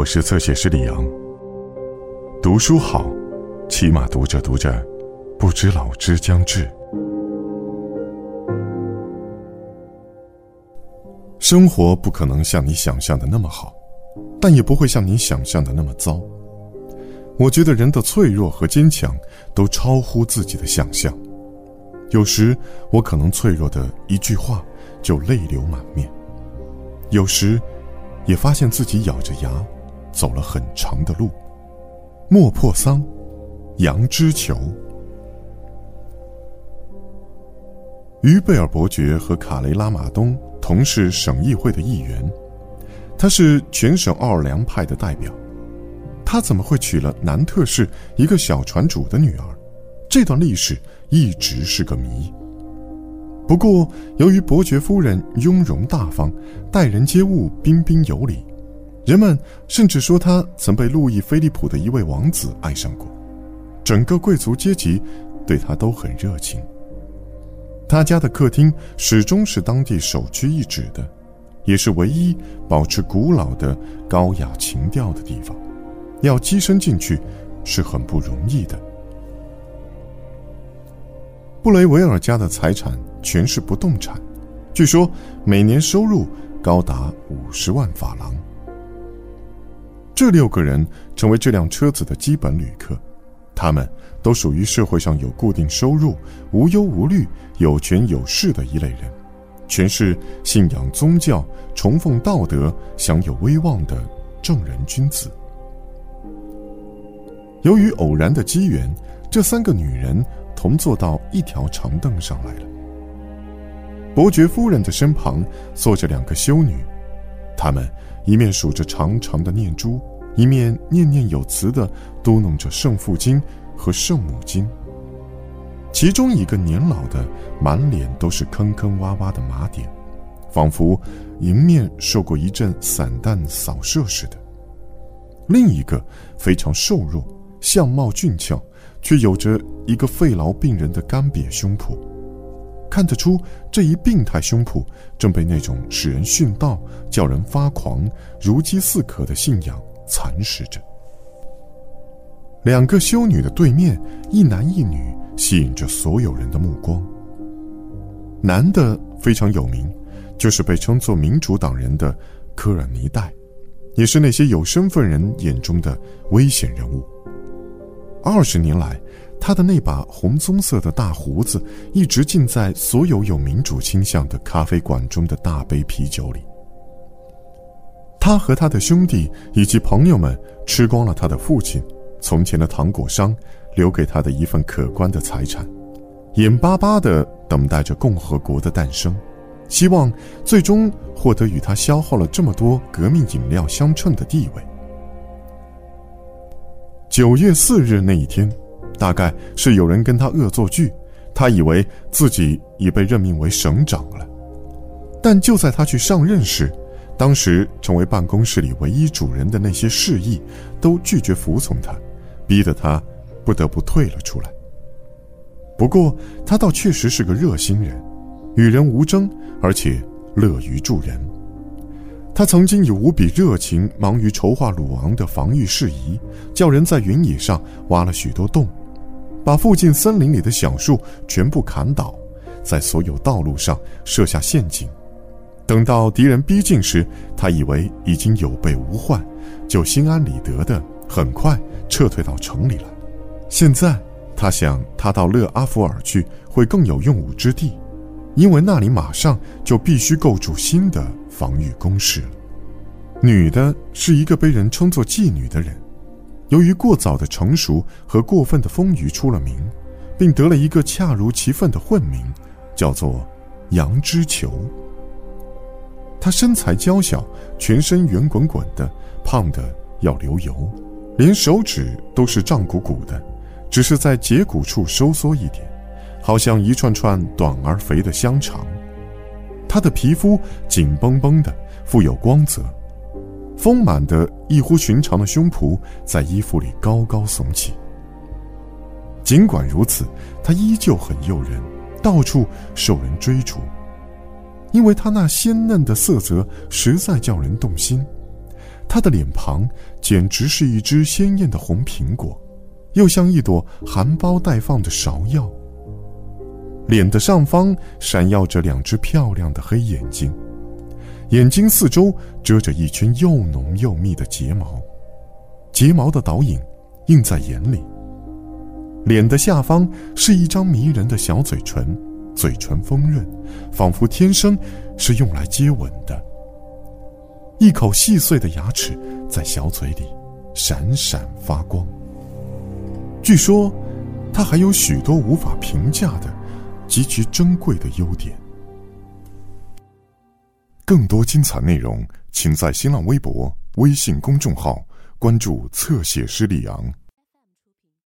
我是侧写师李阳。读书好，起码读着读着，不知老之将至。生活不可能像你想象的那么好，但也不会像你想象的那么糟。我觉得人的脆弱和坚强都超乎自己的想象。有时我可能脆弱的一句话就泪流满面，有时也发现自己咬着牙走了很长的路。莫泊桑，杨之球。于贝尔伯爵和卡雷拉马东同是省议会的议员，他是全省奥尔良派的代表。他怎么会娶了南特市一个小船主的女儿？这段历史一直是个谜。不过由于伯爵夫人雍容大方，待人接物彬彬有礼，人们甚至说她曾被路易菲利普的一位王子爱上过。整个贵族阶级对她都很热情。他家的客厅始终是当地首屈一指的，也是唯一保持古老的高雅情调的地方，要跻身进去是很不容易的。布雷维尔家的财产全是不动产，据说每年收入高达50万法郎。这6个人成为这辆车子的基本旅客，他们都属于社会上有固定收入、无忧无虑、有权有势的一类人，全是信仰宗教、崇奉道德、享有威望的正人君子。由于偶然的机缘，这3个女人同坐到一条长凳上来了。伯爵夫人的身旁坐着2个修女，她们一面数着长长的念珠，一面念念有词地嘟囔着圣父经和圣母经。其中一个年老的满脸都是坑坑洼洼的麻点，仿佛迎面受过一阵散弹扫射似的。另一个非常瘦弱，相貌俊俏，却有着一个肺痨病人的干瘪胸脯，看得出这一病态胸脯正被那种使人殉道、叫人发狂、如饥似渴的信仰蚕食着。2个修女的对面，一男一女，吸引着所有人的目光。男的非常有名，就是被称作民主党人的科尔尼戴，也是那些有身份人眼中的危险人物。20年来，他的那把红棕色的大胡子一直浸在所有有民主倾向的咖啡馆中的大杯啤酒里。他和他的兄弟以及朋友们吃光了他的父亲从前的糖果商留给他的一份可观的财产，眼巴巴地等待着共和国的诞生，希望最终获得与他消耗了这么多革命饮料相称的地位。9月4日那一天，大概是有人跟他恶作剧，他以为自己已被任命为省长了。但就在他去上任时，当时成为办公室里唯一主人的那些市议都拒绝服从他，逼得他不得不退了出来。不过他倒确实是个热心人，与人无争，而且乐于助人。他曾经以无比热情忙于筹划鲁昂的防御事宜，叫人在原野上挖了许多洞，把附近森林里的小树全部砍倒，在所有道路上设下陷阱。等到敌人逼近时，他以为已经有备无患，就心安理得的很快撤退到城里来。现在他想，他到勒阿弗尔去会更有用武之地，因为那里马上就必须构筑新的防御工事了。女的是一个被人称作妓女的人，由于过早的成熟和过分的丰腴出了名，并得了一个恰如其分的混名，叫做杨之球。她身材娇小，全身圆滚滚的，胖得要流油，连手指都是胀鼓鼓的，只是在节骨处收缩一点，好像一串串短而肥的香肠。她的皮肤紧绷绷的，富有光泽，丰满的异乎寻常的胸脯在衣服里高高耸起。尽管如此，她依旧很诱人，到处受人追逐。因为她那鲜嫩的色泽实在叫人动心， 她的脸庞简直是一只鲜艳的红苹果，又像一朵含苞待放的芍药。脸的上方闪耀着2只漂亮的黑眼睛，眼睛四周遮着一圈又浓又密的睫毛，睫毛的倒影映在眼里。脸的下方是一张迷人的小嘴唇，嘴唇丰润，仿佛天生是用来接吻的。一口细碎的牙齿在小嘴里闪闪发光。据说她还有许多无法评价的极其珍贵的优点。更多精彩内容请在新浪微博、微信公众号关注侧写师李昂。